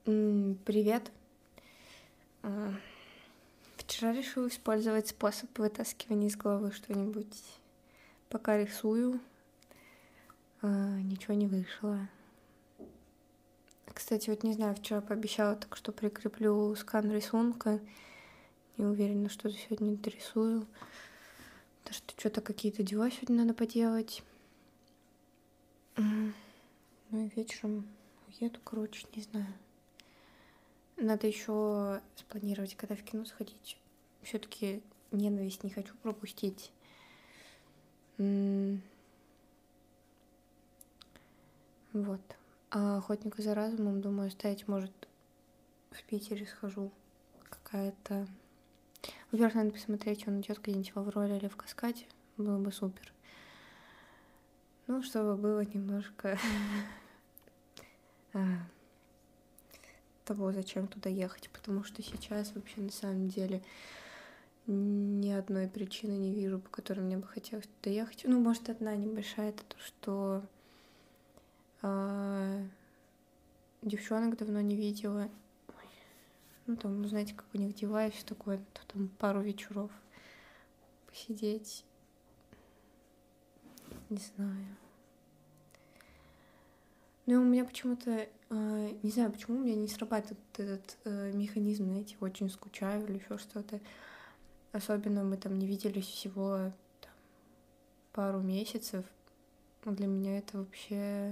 Привет. А, Вчера решила использовать способ вытаскивания из головы что-нибудь. Пока рисую, ничего не вышло. Кстати, вот не знаю, вчера пообещала, так что прикреплю скан рисунка. Не уверена, что сегодня дорисую. Потому что что-то какие-то дела сегодня надо поделать. Ну и вечером уеду, короче, не знаю. Надо еще спланировать, когда в кино сходить. Все-таки ненависть не хочу пропустить. Вот. А охотнику за разумом, думаю, ставить, может, в Питере схожу. Какая-то... Во-первых, надо посмотреть, он идет где-нибудь в Авроре или в Каскаде. Было бы супер. Ну, чтобы было немножко того, зачем туда ехать. Потому что сейчас вообще на самом деле ни одной причины не вижу, по которой мне бы хотелось туда ехать. Ну, может, одна небольшая, это то, что девчонок давно не видела. Ну, там, знаете, как у них дела и все такое. То там пару вечеров посидеть. Не знаю. Ну, у меня почему-то... не знаю, почему у меня не срабатывает этот механизм, знаете, очень скучаю или еще что-то. Особенно мы там не виделись всего там, пару месяцев. Для меня это вообще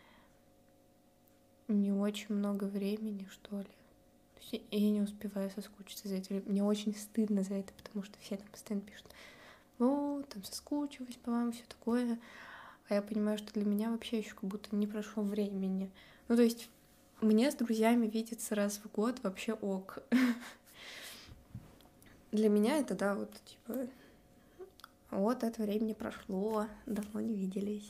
не очень много времени, что ли. То есть я не успеваю соскучиться за это. Мне очень стыдно за это, потому что все там постоянно пишут: вот, там соскучилась по вам, все такое. А я понимаю, что для меня вообще еще как будто не прошло времени. Ну, то есть мне с друзьями видеться раз в год вообще ок. Для меня это, да, вот, типа, вот это времени прошло, давно не виделись.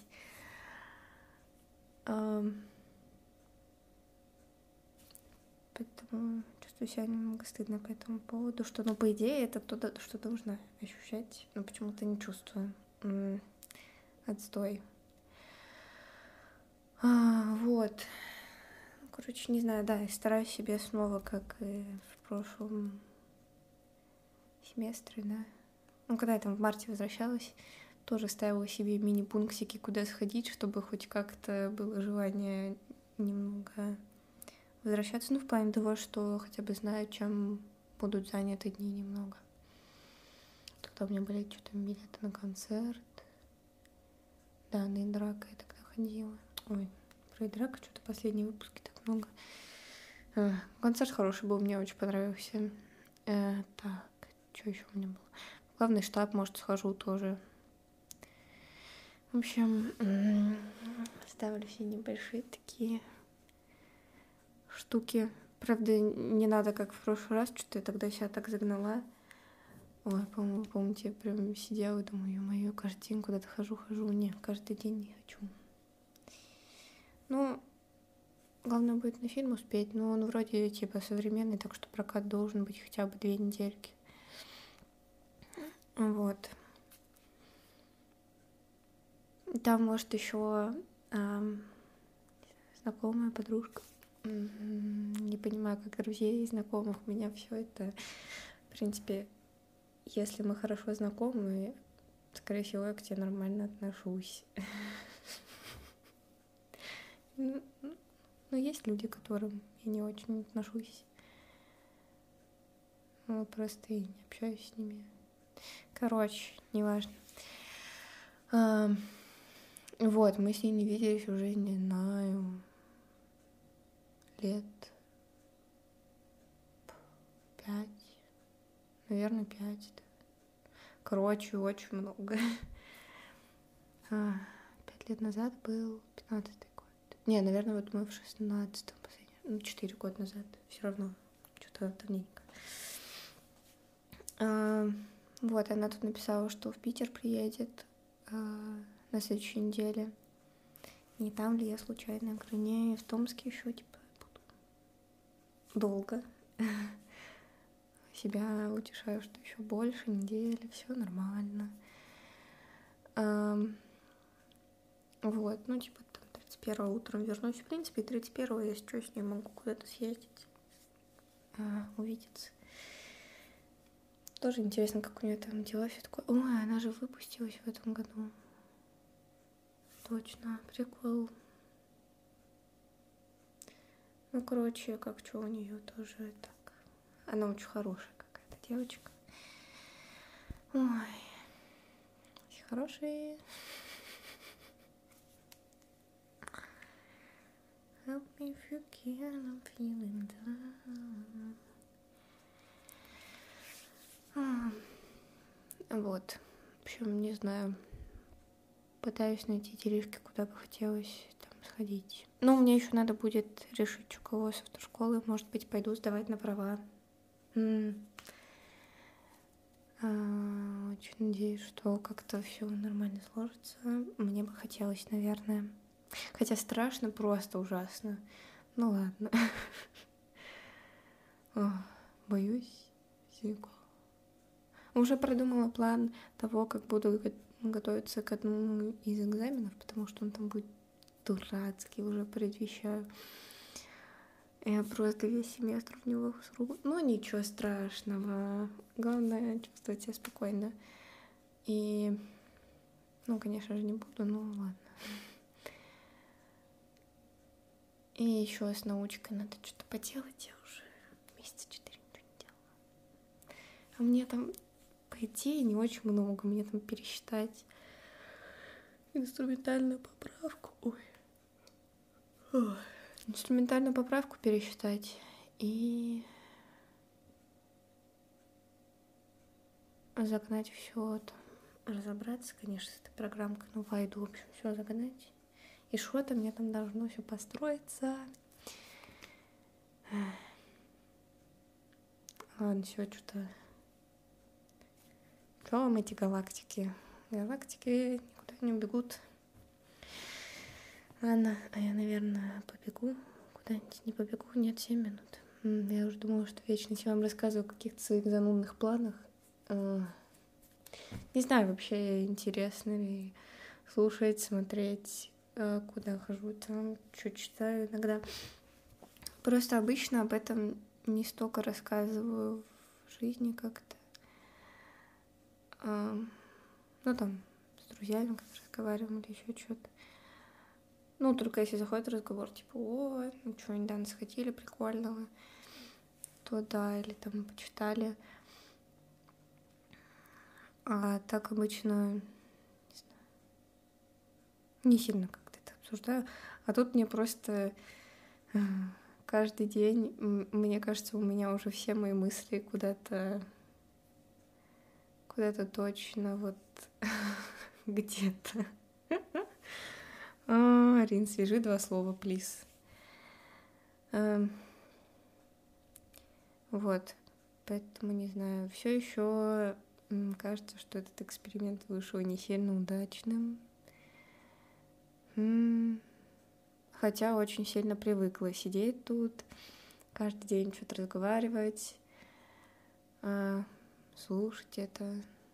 Поэтому чувствую себя немного стыдно по этому поводу, что, ну, по идее, это то, что должна ощущать, но почему-то не чувствую. Отстой. Вот. Короче, не знаю, да, я стараюсь себе снова, как и в прошлом семестре, да. Ну, когда я там в марте возвращалась, тоже ставила себе мини-пунктики, куда сходить, чтобы хоть как-то было желание немного возвращаться. Ну, в плане того, что хотя бы знаю, чем будут заняты дни немного. Тогда у меня были что-то билеты на концерт. Да, на Идрака я тогда ходила. Ой, про Идрака что-то последние выпуски так много. Концерт хороший был, мне очень понравился. Так, что еще у меня было? Главный штаб, может, схожу тоже. В общем, ставлю все небольшие такие штуки. Правда, не надо, как в прошлый раз, что-то я тогда себя так загнала. Ой, помните, я прям сидела и думаю, ё-моё, каждый день куда-то хожу. Не, каждый день не хочу. Ну, главное будет на фильм успеть, но он вроде типа современный, так что прокат должен быть хотя бы 2 недельки. Вот. Там, может, еще знакомая подружка. Не понимаю, как друзей и знакомых. У меня все это, в принципе, если мы хорошо знакомы, скорее всего, я к тебе нормально отношусь. Но есть люди, к которым я не очень отношусь. Просто и не общаюсь с ними. Короче, неважно. Вот, мы с ней не виделись уже, не знаю, лет 5. Наверное, 5. Да. Короче, очень много. 5 лет назад был 15-й год. Не, наверное, вот мы в 16-м последний. 4 года назад. Все равно. Что-то давненько. Вот, она тут написала, что в Питер приедет на следующей неделе. Не там ли я случайно говорю: не, в Томске еще типа буду долго. Себя утешаю, что еще больше недели, все нормально. Вот, ну типа там 31 утром вернусь. В принципе, 31, если что, с ней могу куда-то съездить, увидеться. Тоже интересно, как у нее там дела, все такое. Ой, она же выпустилась в этом году. Точно, прикол. Ну, короче, как что у нее тоже так. Она очень хорошая какая-то девочка. Ой, все хорошие. Help me if you can, I'm feeling down. Вот. В общем, не знаю. Пытаюсь найти делишки, куда бы хотелось там сходить. Но мне еще надо будет решить, что кого с автошколы. Может быть, пойду сдавать на права. Очень надеюсь, что как-то все нормально сложится. Мне бы хотелось, наверное. Хотя страшно, просто ужасно. Ну ладно. Боюсь всего. Уже продумала план того, как буду готовиться к одному из экзаменов, потому что он там будет дурацкий, уже предвещаю. Я просто весь семестр в него срубу. Ну, ничего страшного. Главное, чувствовать себя спокойно. И, ну, конечно же, не буду, но ладно. И еще с научкой надо что-то поделать. Я уже месяца 4 ничего не делала. А мне там, по идее, не очень много. Мне там пересчитать инструментальную поправку. Инструментальную поправку пересчитать и загнать все там, разобраться, конечно, с этой программкой, ну, войду, в общем, все загнать. И что-то мне там должно все построиться. Ладно, все, что-то. Что вам эти галактики? Галактики никуда не убегут. Ладно, а я, наверное, побегу. Куда-нибудь не побегу, нет, 7 минут. Я уже думала, что вечно я вам рассказываю о каких-то своих занудных планах. Не знаю, вообще интересно ли слушать, смотреть, куда хожу, там, что читаю иногда. Просто обычно об этом не столько рассказываю в жизни как-то. Ну, там, с друзьями как-то разговариваем или еще что-то. Ну, только если заходит разговор, типа, о, ну что, недавно сходили прикольного, то да, или там почитали. А так обычно, не знаю, не сильно как-то это обсуждаю. А тут мне просто каждый день, мне кажется, у меня уже все мои мысли куда-то точно вот где-то. Арин, свяжи 2 слова, плиз. Вот, поэтому не знаю. Все еще кажется, что этот эксперимент вышел не сильно удачным. Хотя очень сильно привыкла сидеть тут, каждый день что-то разговаривать, слушать это.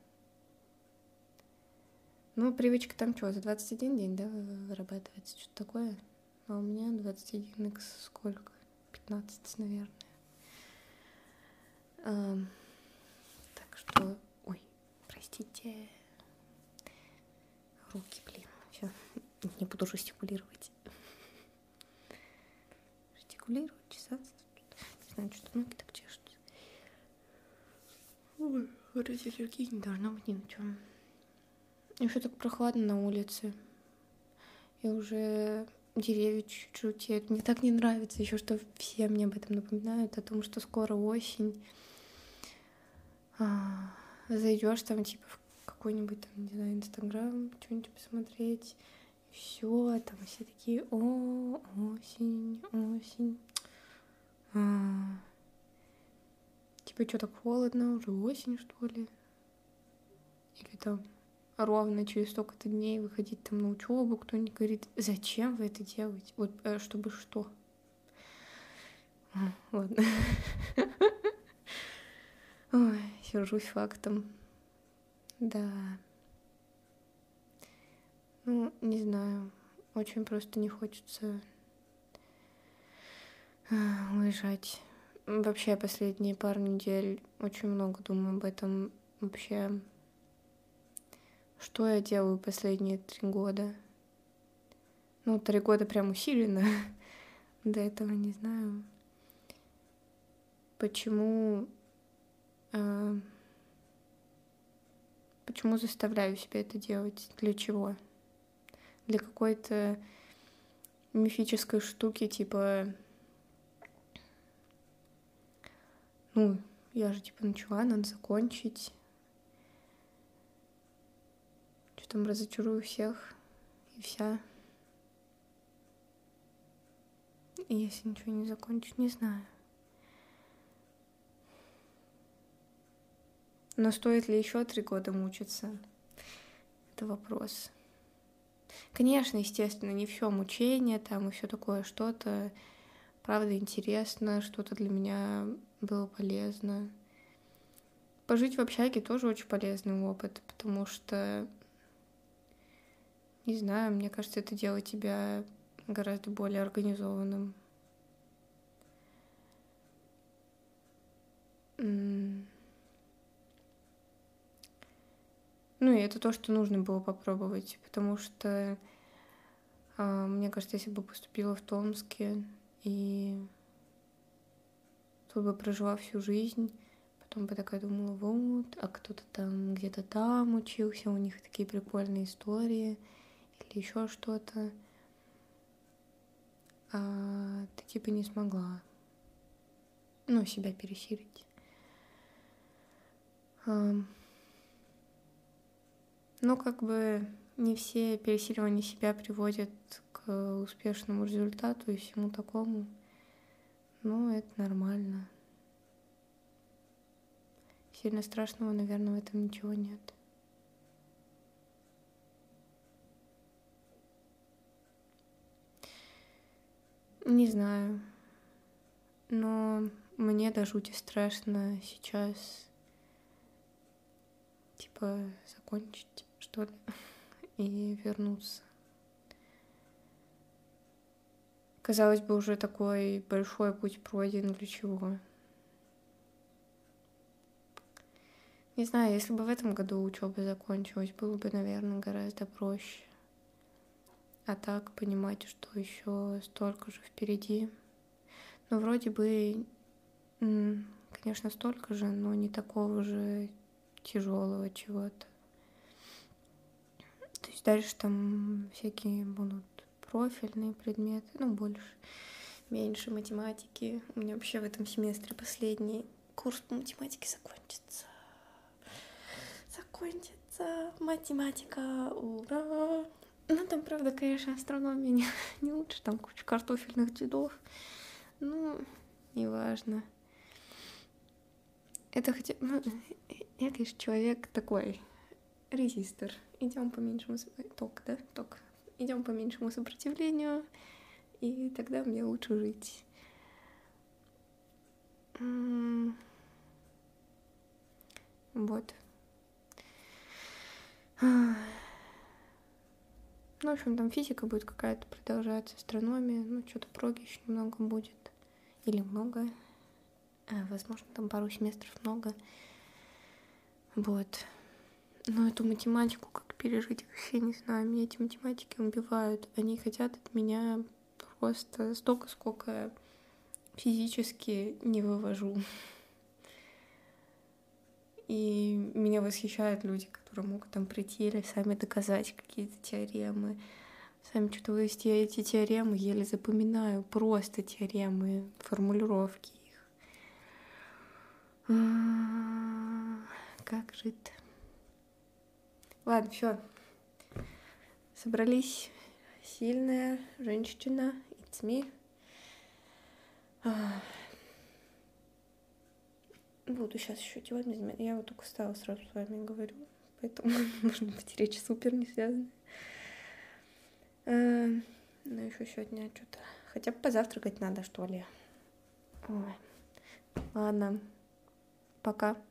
Ну, привычка там что, за 21 день, да, вырабатывается, что-то такое. А у меня 21 икс сколько? 15, наверное. Так что... Ой, простите. Руки, блин. Все, не буду жестикулировать. Чесаться. Не знаю, что-то ноги так чешутся. Ой, вроде аллергии не должно быть ни на чем. Еще так прохладно на улице. И уже деревья чуть-чуть желтеют. Мне так не нравится еще, что все мне об этом напоминают, о том, что скоро осень. Зайдешь там, типа, в какой-нибудь там, не знаю, Инстаграм, что-нибудь посмотреть. И все, там все такие, о, осень. Типа, что так холодно, уже осень, что ли? Или там ровно через столько-то дней выходить там на учебу, кто-нибудь говорит, зачем вы это делаете? Вот, чтобы что? Ладно. Ой, сержусь фактом. Да. Ну, не знаю. очень просто не хочется уезжать. Вообще, последние пару недель очень много думаю об этом. Вообще, что я делаю последние 3 года? 3 года прям усиленно. До этого не знаю. Почему заставляю себя это делать? Для чего? Для какой-то мифической штуки, типа, я же начала, надо закончить. Что там, разочарую всех и вся. И если ничего не закончу, не знаю. Но стоит ли еще 3 года мучиться? Это вопрос. Конечно, естественно, не все мучение там и все такое, что-то, правда, интересно, что-то для меня было полезно. Пожить в общаге тоже очень полезный опыт, потому что, не знаю, мне кажется, это делает тебя гораздо более организованным. И это то, что нужно было попробовать, потому что, мне кажется, если бы поступила в Томске и тут бы прожила всю жизнь, потом бы такая думала, вот, а кто-то там где-то там учился, у них такие прикольные истории или еще что-то, а ты не смогла, себя пересилить. Не все пересиливания себя приводят к успешному результату и всему такому. Это нормально. Сильно страшного, наверное, в этом ничего нет. Не знаю. Но мне до жути страшно сейчас, закончить, что ли, и вернуться. Казалось бы, уже такой большой путь пройден, для чего? Не знаю, если бы в этом году учеба закончилась, было бы, наверное, гораздо проще. А так понимать, что еще столько же впереди. Вроде бы, конечно, столько же, но не такого же тяжелого чего-то. То есть дальше там всякие будут профильные предметы, меньше математики. У меня вообще в этом семестре последний курс по математике закончится. Математика, ура! Там, правда, конечно, астрономия не лучше, там куча картофельных дедов. Неважно. Это хотя... я, конечно, человек такой, резистор. Идем по меньшему... Ток. Идем по меньшему сопротивлению, и тогда мне лучше жить. Вот. В общем, там физика будет какая-то продолжаться, астрономия, что-то проги еще немного будет. Или много. Возможно, там пару семестров много. Вот. Но эту математику как пережить, вообще не знаю. Меня эти математики убивают. Они хотят от меня просто столько, сколько физически не вывожу. И меня восхищают люди, которые могут там прийти или сами доказать какие-то теоремы. Сами что-то вывести. Я эти теоремы еле запоминаю. Просто теоремы, формулировки их. Как жить? Ладно, все. Собрались. Сильная женщина. It's me. Буду сейчас еще делать. Я вот только встала, сразу с вами говорю. Поэтому, может быть, речь супер не связана. Но еще сегодня что-то... Хотя бы позавтракать надо, что ли. Ой. Ладно. Пока.